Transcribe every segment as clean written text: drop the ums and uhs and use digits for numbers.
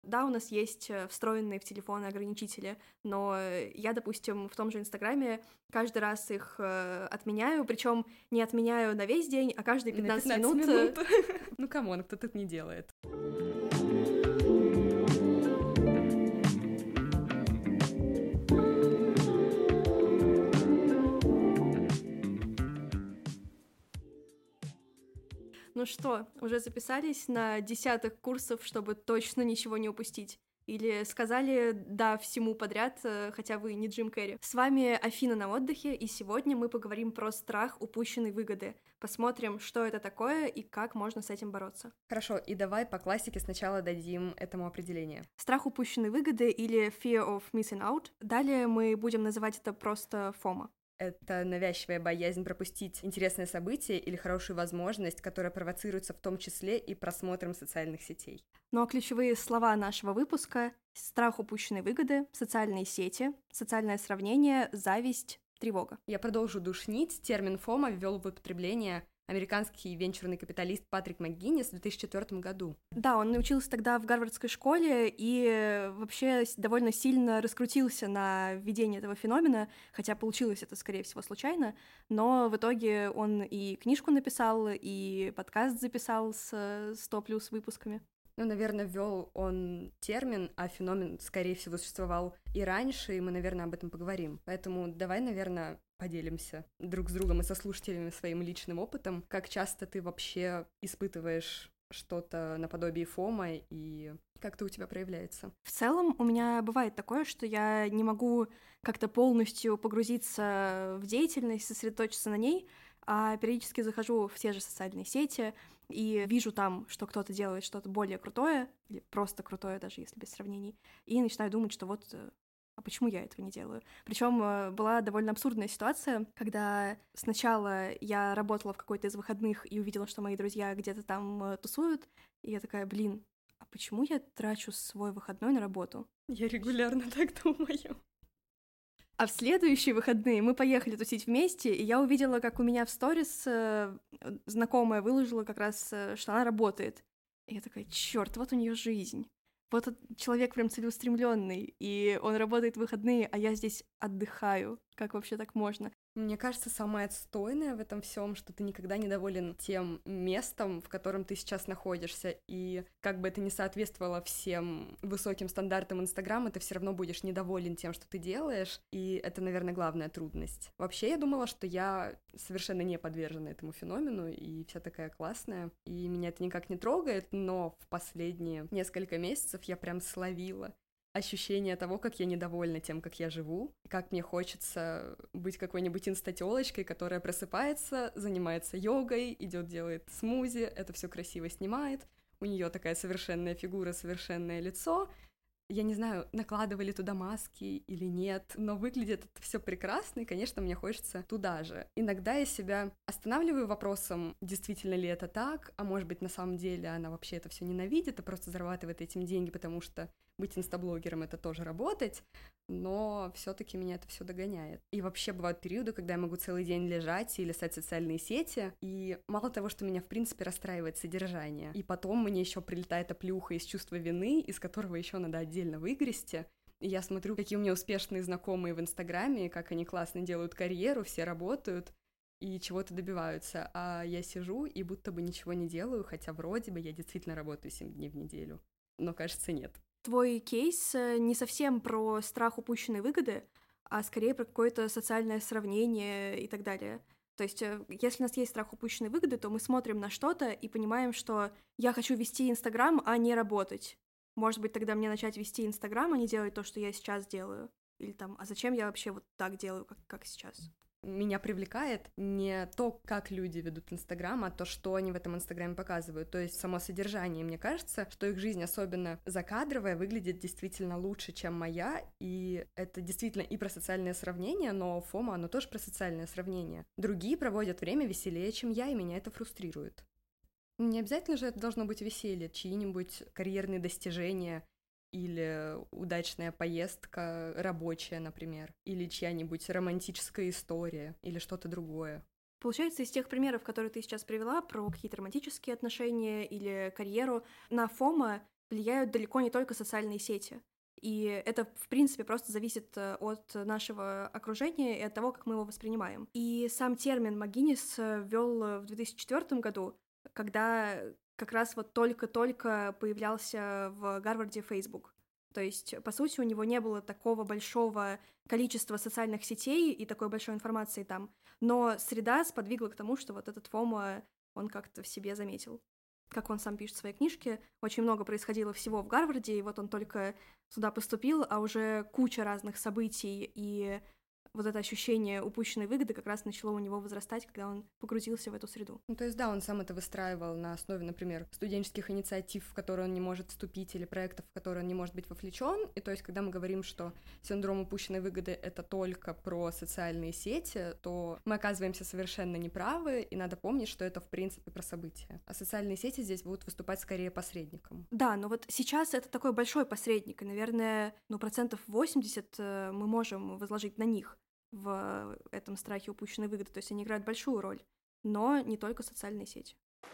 Да, у нас есть встроенные в телефоны ограничители, но я, допустим, в том же Инстаграме каждый раз их отменяю, причем не отменяю на весь день, а каждые 15 на 15 минут. Ну, камон, кто так не делает? Ну что, уже записались на десяток курсов, чтобы точно ничего не упустить? Или сказали «да» всему подряд, хотя вы не Джим Керри? С вами Афина на отдыхе, и сегодня мы поговорим про страх упущенной выгоды. Посмотрим, что это такое и как можно с этим бороться. Хорошо, и давай по классике сначала дадим этому определение. Страх упущенной выгоды или fear of missing out. Далее мы будем называть это просто FOMO. Это навязчивая боязнь пропустить интересное событие или хорошую возможность, которая провоцируется в том числе и просмотром социальных сетей. Ну а ключевые слова нашего выпуска — страх упущенной выгоды, социальные сети, социальное сравнение, зависть, тревога. Я продолжу душнить. Термин FOMO ввел в употребление американский венчурный капиталист Патрик МакГиннис в 2004 году. Да, он учился тогда в Гарвардской школе и вообще довольно сильно раскрутился на введение этого феномена, хотя получилось это, скорее всего, случайно, но в итоге он и книжку написал, и подкаст записал с 100+ выпусками. Ну, наверное, ввел он термин, а феномен, скорее всего, существовал и раньше, и мы, наверное, об этом поговорим. Поэтому давай, наверное, поделимся друг с другом и со слушателями своим личным опытом. Как часто ты вообще испытываешь что-то наподобие фома, и как это у тебя проявляется? В целом у меня бывает такое, что я не могу как-то полностью погрузиться в деятельность, сосредоточиться на ней, а периодически захожу в те же социальные сети и вижу там, что кто-то делает что-то более крутое, или просто крутое, даже если без сравнений, и начинаю думать, что вот а почему я этого не делаю? Причем была довольно абсурдная ситуация, когда сначала я работала в какой-то из выходных и увидела, что мои друзья где-то там тусуют, и я такая, блин, а почему я трачу свой выходной на работу? Я регулярно так думаю. А в следующие выходные мы поехали тусить вместе, и я увидела, как у меня в сторис знакомая выложила как раз, что она работает. И я такая, черт, вот у нее жизнь. Вот человек прям целеустремленный, и он работает в выходные, а я здесь отдыхаю. Как вообще так можно? Мне кажется, самое отстойное в этом всем, что ты никогда не доволен тем местом, в котором ты сейчас находишься, и как бы это ни соответствовало всем высоким стандартам Инстаграма, ты все равно будешь недоволен тем, что ты делаешь, и это, наверное, главная трудность. Вообще, я думала, что я совершенно не подвержена этому феномену, и вся такая классная, и меня это никак не трогает, но в последние несколько месяцев я прям словила ощущение того, как я недовольна тем, как я живу, как мне хочется быть какой-нибудь инстатёлочкой, которая просыпается, занимается йогой, идет делает смузи, это все красиво снимает, у нее такая совершенная фигура, совершенное лицо. Я не знаю, накладывали туда маски или нет, но выглядит это все прекрасно, и, конечно, мне хочется туда же. Иногда я себя останавливаю вопросом, действительно ли это так, а может быть, на самом деле она вообще это все ненавидит и просто зарабатывает этим деньги, потому что быть инстаблогером — это тоже работать, но все-таки меня это все догоняет. И вообще бывают периоды, когда я могу целый день лежать и листать социальные сети, и мало того, что меня в принципе расстраивает содержание, и потом мне еще прилетает оплюха из чувства вины, из которого еще надо отдельно выгрести. И я смотрю, какие у меня успешные знакомые в Инстаграме, как они классно делают карьеру, все работают и чего-то добиваются, а я сижу и будто бы ничего не делаю, хотя вроде бы я действительно работаю 7 дней в неделю, но кажется, нет. Твой кейс не совсем про страх упущенной выгоды, а скорее про какое-то социальное сравнение и так далее. То есть, если у нас есть страх упущенной выгоды, то мы смотрим на что-то и понимаем, что я хочу вести Инстаграм, а не работать. Может быть, тогда мне начать вести Инстаграм, а не делать то, что я сейчас делаю. Или там, а зачем я вообще вот так делаю, как сейчас? Меня привлекает не то, как люди ведут Инстаграм, а то, что они в этом Инстаграме показывают, то есть само содержание. Мне кажется, что их жизнь, особенно закадровая, выглядит действительно лучше, чем моя, и это действительно и про социальное сравнение, но ФОМО, оно тоже про социальное сравнение. Другие проводят время веселее, чем я, и меня это фрустрирует. Не обязательно же это должно быть веселье, чьи-нибудь карьерные достижения или удачная поездка рабочая, например, или чья-нибудь романтическая история, или что-то другое. Получается, из тех примеров, которые ты сейчас привела, про какие-то романтические отношения или карьеру, на ФОМО влияют далеко не только социальные сети. И это, в принципе, просто зависит от нашего окружения и от того, как мы его воспринимаем. И сам термин МакГиннис ввел в 2004 году, когда как раз вот только-только появлялся в Гарварде Facebook. То есть, по сути, у него не было такого большого количества социальных сетей и такой большой информации там. Но среда сподвигла к тому, что вот этот Фома, он как-то в себе заметил. Как он сам пишет в своей книжке, очень много происходило всего в Гарварде, и вот он только туда поступил, а уже куча разных событий и вот это ощущение упущенной выгоды как раз начало у него возрастать, когда он погрузился в эту среду. Ну, то есть, да, он сам это выстраивал на основе, например, студенческих инициатив, в которые он не может вступить, или проектов, в которые он не может быть вовлечен. И то есть, когда мы говорим, что синдром упущенной выгоды — это только про социальные сети, то мы оказываемся совершенно неправы, и надо помнить, что это, в принципе, про события. А социальные сети здесь будут выступать скорее посредником. Да, но вот сейчас это такой большой посредник, и, наверное, 80% мы можем возложить на них в этом страхе упущенной выгоды, то есть они играют большую роль, но не только социальные сети.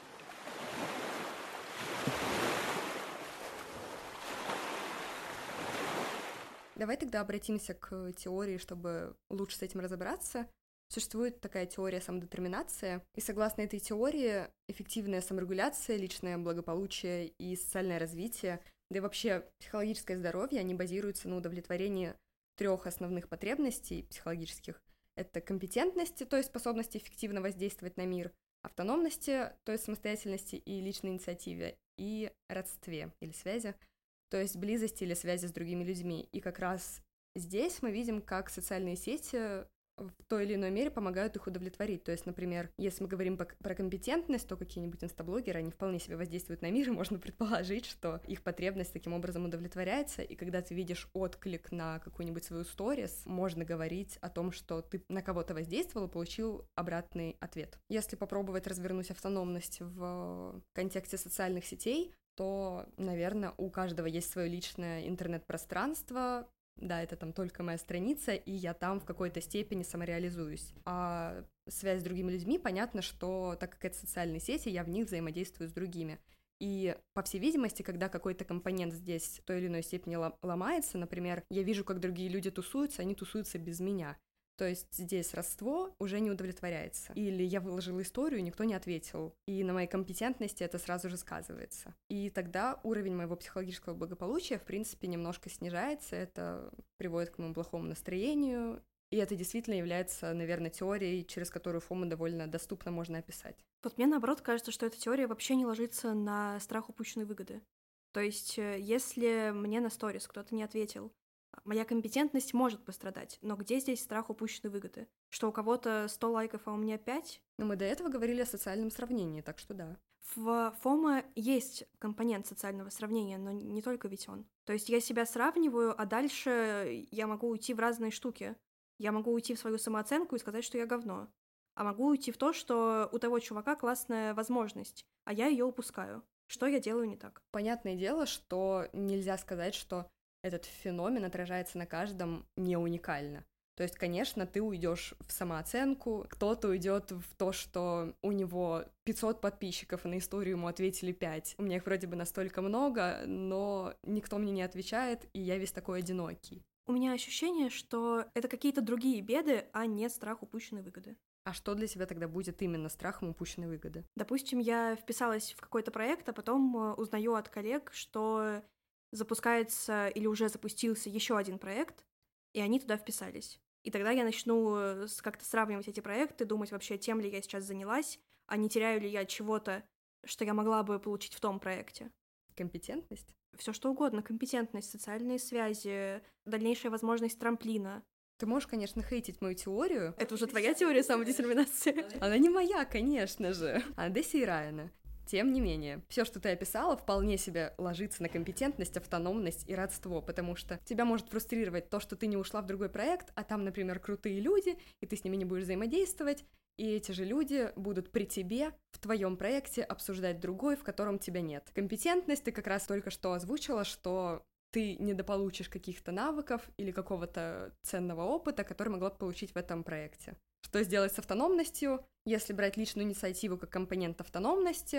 Давай тогда обратимся к теории, чтобы лучше с этим разобраться. Существует такая теория самодетерминации, и согласно этой теории эффективная саморегуляция, личное благополучие и социальное развитие, да и вообще психологическое здоровье, они базируются на удовлетворении 3 основных потребностей психологических. Это компетентности, то есть способности эффективно воздействовать на мир, автономности, то есть самостоятельности и личной инициативе, и родстве или связи, то есть близости или связи с другими людьми. И как раз здесь мы видим, как социальные сети в той или иной мере помогают их удовлетворить. То есть, например, если мы говорим про компетентность, то какие-нибудь инстаблогеры, они вполне себе воздействуют на мир, и можно предположить, что их потребность таким образом удовлетворяется, и когда ты видишь отклик на какую-нибудь свою сторис, можно говорить о том, что ты на кого-то воздействовал и получил обратный ответ. Если попробовать развернуть автономность в контексте социальных сетей, то, наверное, у каждого есть свое личное интернет-пространство. Да, это там только моя страница, и я там в какой-то степени самореализуюсь. А связь с другими людьми, понятно, что так как это социальные сети, я в них взаимодействую с другими. И, по всей видимости, когда какой-то компонент здесь в той или иной степени ломается, например, я вижу, как другие люди тусуются, они тусуются без меня. То есть здесь родство уже не удовлетворяется. Или я выложила историю, никто не ответил. И на моей компетентности это сразу же сказывается. И тогда уровень моего психологического благополучия, в принципе, немножко снижается. Это приводит к моему плохому настроению. И это действительно является, наверное, теорией, через которую Фому довольно доступно можно описать. Вот мне, наоборот, кажется, что эта теория вообще не ложится на страх упущенной выгоды. То есть, если мне на сторис кто-то не ответил, моя компетентность может пострадать, но где здесь страх упущенной выгоды? Что у кого-то 100 лайков, а у меня 5? Но мы до этого говорили о социальном сравнении, так что да. В ФОМО есть компонент социального сравнения, но не только ведь он. То есть я себя сравниваю, а дальше я могу уйти в разные штуки. Я могу уйти в свою самооценку и сказать, что я говно. А могу уйти в то, что у того чувака классная возможность, а я ее упускаю. Что я делаю не так? Понятное дело, что нельзя сказать, что этот феномен отражается на каждом не уникально. То есть, конечно, ты уйдешь в самооценку, кто-то уйдет в то, что у него 500 подписчиков, и на историю ему ответили 5. У меня их вроде бы настолько много, но никто мне не отвечает, и я весь такой одинокий. У меня ощущение, что это какие-то другие беды, а не страх упущенной выгоды. А что для тебя тогда будет именно страхом упущенной выгоды? Допустим, я вписалась в какой-то проект, а потом узнаю от коллег, что запускается или уже запустился еще один проект, и они туда вписались. И тогда я начну как-то сравнивать эти проекты, думать вообще, тем ли я сейчас занялась, а не теряю ли я чего-то, что я могла бы получить в том проекте. Компетентность? Все что угодно, компетентность, социальные связи, дальнейшая возможность трамплина. Ты можешь, конечно, хейтить мою теорию. Это уже твоя теория самодетерминации? Она не моя, конечно же. Она Дэсси и Райана. Тем не менее, все, что ты описала, вполне себе ложится на компетентность, автономность и родство, потому что тебя может фрустрировать то, что ты не ушла в другой проект, а там, например, крутые люди, и ты с ними не будешь взаимодействовать, и эти же люди будут при тебе в твоем проекте обсуждать другой, в котором тебя нет. Компетентность ты как раз только что озвучила, что ты недополучишь каких-то навыков или какого-то ценного опыта, который могла бы получить в этом проекте. Что сделать с автономностью? Если брать личную инициативу как компонент автономности,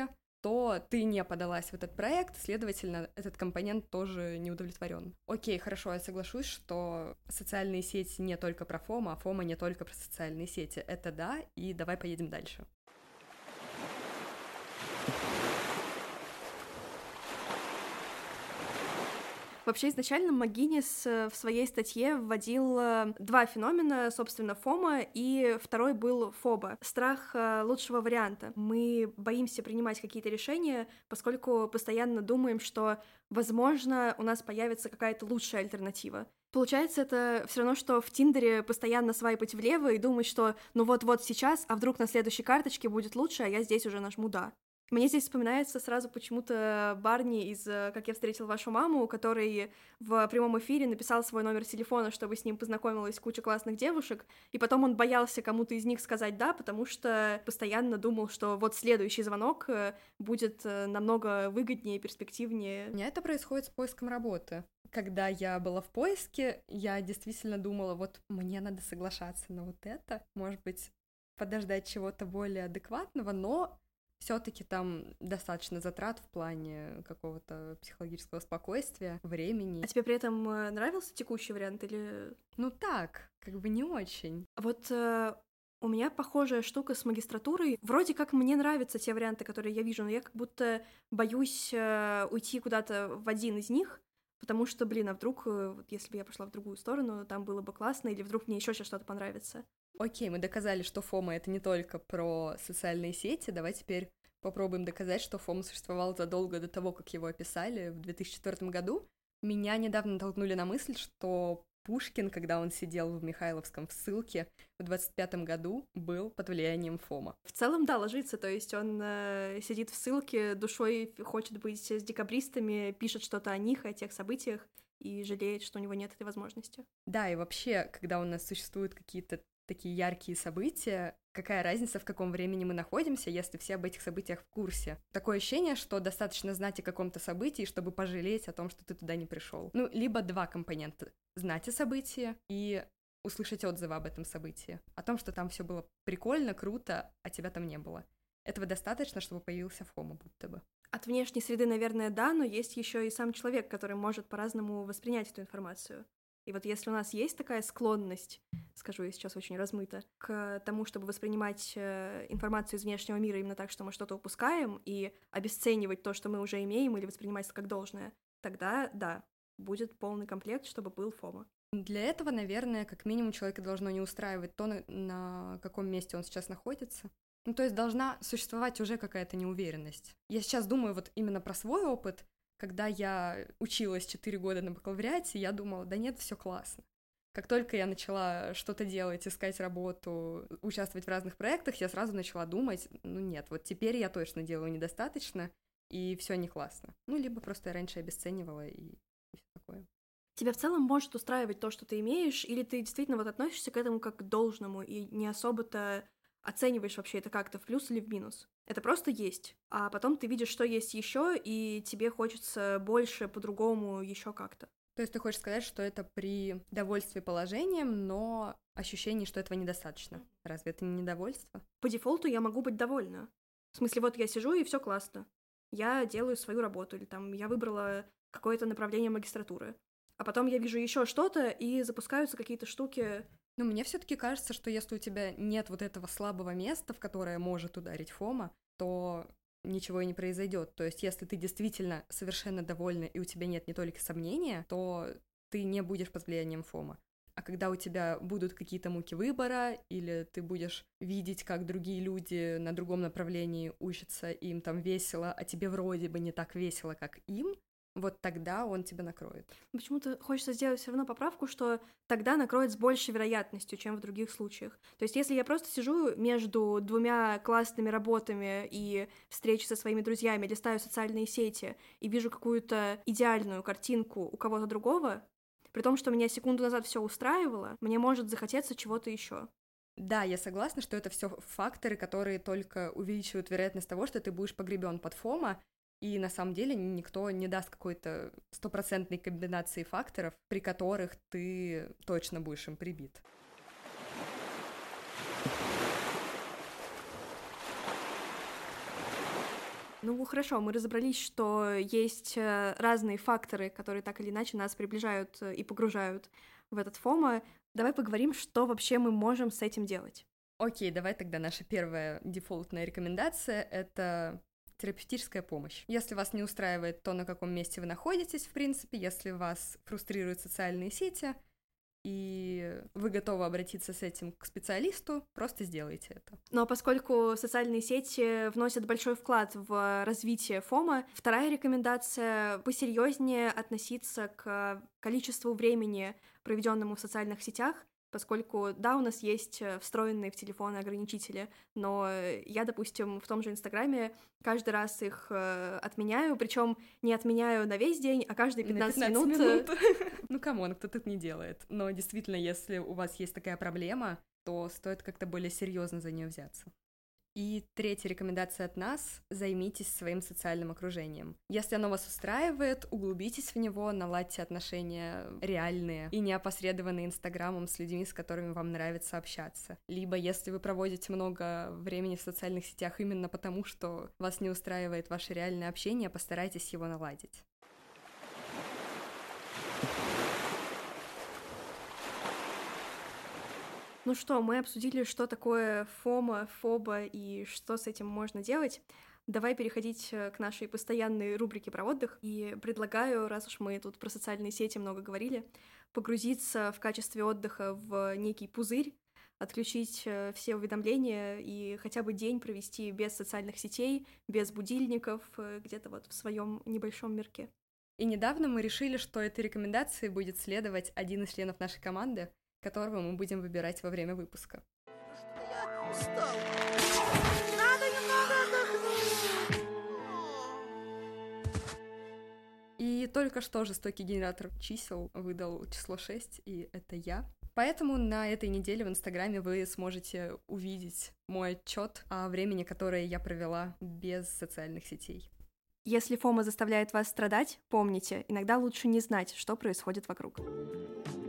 то ты не подалась в этот проект, следовательно, этот компонент тоже не удовлетворен. Окей, хорошо, я соглашусь, что социальные сети не только про ФОМО, а ФОМО не только про социальные сети. Это да, и давай поедем дальше. Вообще, изначально МакГиннис в своей статье вводил два феномена, собственно, ФОМО, и второй был ФОБО. Страх лучшего варианта. Мы боимся принимать какие-то решения, поскольку постоянно думаем, что, возможно, у нас появится какая-то лучшая альтернатива. Получается, это все равно, что в Тиндере постоянно свайпать влево и думать, что ну вот-вот сейчас, а вдруг на следующей карточке будет лучше, а я здесь уже нажму «да». Мне здесь вспоминается сразу почему-то Барни из «Как я встретил вашу маму», который в прямом эфире написал свой номер телефона, чтобы с ним познакомилась куча классных девушек, и потом он боялся кому-то из них сказать «да», потому что постоянно думал, что вот следующий звонок будет намного выгоднее, перспективнее. У меня это происходит с поиском работы. Когда я была в поиске, я действительно думала, вот мне надо соглашаться на вот это, может быть, подождать чего-то более адекватного, но все-таки там достаточно затрат в плане какого-то психологического спокойствия, времени. А тебе при этом нравился текущий вариант или... Ну так, как бы не очень. Вот у меня похожая штука с магистратурой. Вроде как мне нравятся те варианты, которые я вижу, но я как будто боюсь уйти куда-то в один из них, потому что, блин, а вдруг, вот если бы я пошла в другую сторону, там было бы классно, или вдруг мне еще сейчас что-то понравится. Окей, мы доказали, что ФОМО — это не только про социальные сети. Давай теперь попробуем доказать, что ФОМО существовал задолго до того, как его описали в 2004 году. Меня недавно натолкнули на мысль, что Пушкин, когда он сидел в Михайловском в ссылке в 25 году, был под влиянием ФОМО. В целом, да, ложится, то есть он сидит в ссылке, душой хочет быть с декабристами, пишет что-то о них, о тех событиях, и жалеет, что у него нет этой возможности. Да, и вообще, когда у нас существуют какие-то такие яркие события, какая разница, в каком времени мы находимся, если все об этих событиях в курсе? Такое ощущение, что достаточно знать о каком-то событии, чтобы пожалеть о том, что ты туда не пришел. Ну, либо два компонента: знать о событии и услышать отзывы об этом событии, о том, что там все было прикольно, круто, а тебя там не было. Этого достаточно, чтобы появился ФОМО, будто бы. От внешней среды, наверное, да, но есть еще и сам человек, который может по-разному воспринять эту информацию. И вот если у нас есть такая склонность, скажу я сейчас очень размыто, к тому, чтобы воспринимать информацию из внешнего мира именно так, что мы что-то упускаем, и обесценивать то, что мы уже имеем, или воспринимать это как должное, тогда, да, будет полный комплект, чтобы был ФОМО. Для этого, наверное, как минимум человека должно не устраивать то, на каком месте он сейчас находится. Ну, то есть должна существовать уже какая-то неуверенность. Я сейчас думаю вот именно про свой опыт. Когда я училась 4 года на бакалавриате, я думала, да нет, все классно. Как только я начала что-то делать, искать работу, участвовать в разных проектах, я сразу начала думать, ну нет, вот теперь я точно делаю недостаточно, и все не классно. Ну, либо просто я раньше обесценивала и все такое. Тебя в целом может устраивать то, что ты имеешь, или ты действительно вот относишься к этому как к должному и не особо-то оцениваешь вообще это как-то в плюс или в минус? Это просто есть, а потом ты видишь, что есть еще, и тебе хочется больше, по-другому, еще как-то. То есть ты хочешь сказать, что это при довольстве положением, но ощущение, что этого недостаточно? Разве это не недовольство? По дефолту я могу быть довольна. В смысле, вот я сижу, и все классно. Я делаю свою работу, или там я выбрала какое-то направление магистратуры. А потом я вижу еще что-то, и запускаются какие-то штуки. Но мне все-таки кажется, что если у тебя нет вот этого слабого места, в которое может ударить ФОМО, то ничего и не произойдет. То есть, если ты действительно совершенно довольна, и у тебя нет ни только сомнения, то ты не будешь под влиянием ФОМО. А когда у тебя будут какие-то муки выбора, или ты будешь видеть, как другие люди на другом направлении учатся, им там весело, а тебе вроде бы не так весело, как им, вот тогда он тебя накроет. Почему-то хочется сделать все равно поправку, что тогда накроет с большей вероятностью, чем в других случаях. То есть если я просто сижу между двумя классными работами и встречи со своими друзьями, листаю социальные сети и вижу какую-то идеальную картинку у кого-то другого, при том, что меня секунду назад все устраивало, мне может захотеться чего-то еще. Да, я согласна, что это все факторы, которые только увеличивают вероятность того, что ты будешь погребен под ФОМО, и на самом деле никто не даст какой-то стопроцентной комбинации факторов, при которых ты точно будешь им прибит. Ну, хорошо, мы разобрались, что есть разные факторы, которые так или иначе нас приближают и погружают в этот FOMO. Давай поговорим, что вообще мы можем с этим делать. Окей, давай тогда наша первая дефолтная рекомендация — это терапевтическая помощь. Если вас не устраивает то, на каком месте вы находитесь, в принципе, если вас фрустрируют социальные сети, и вы готовы обратиться с этим к специалисту, просто сделайте это. Но поскольку социальные сети вносят большой вклад в развитие FOMO, вторая рекомендация — посерьезнее относиться к количеству времени, проведенному в социальных сетях, поскольку, да, у нас есть встроенные в телефоны ограничители, но я, допустим, в том же Инстаграме каждый раз их отменяю, причем не отменяю на весь день, а каждые 15 минут. Ну, камон, кто так не делает. Но действительно, если у вас есть такая проблема, то стоит как-то более серьезно за нее взяться. И третья рекомендация от нас — займитесь своим социальным окружением. Если оно вас устраивает, углубитесь в него, наладьте отношения реальные и не опосредованные Инстаграмом с людьми, с которыми вам нравится общаться. Либо если вы проводите много времени в социальных сетях именно потому, что вас не устраивает ваше реальное общение, постарайтесь его наладить. Ну что, мы обсудили, что такое FOMO, фоба и что с этим можно делать. Давай переходить к нашей постоянной рубрике про отдых. И предлагаю, раз уж мы тут про социальные сети много говорили, погрузиться в качестве отдыха в некий пузырь, отключить все уведомления и хотя бы день провести без социальных сетей, без будильников, где-то вот в своем небольшом мирке. И недавно мы решили, что этой рекомендации будет следовать один из членов нашей команды, которого мы будем выбирать во время выпуска. Я устал. Надо немного отдохнуть. И только что жестокий генератор чисел выдал число 6, и это я. Поэтому на этой неделе в Инстаграме вы сможете увидеть мой отчет о времени, которое я провела без социальных сетей. Если FOMO заставляет вас страдать, помните, иногда лучше не знать, что происходит вокруг.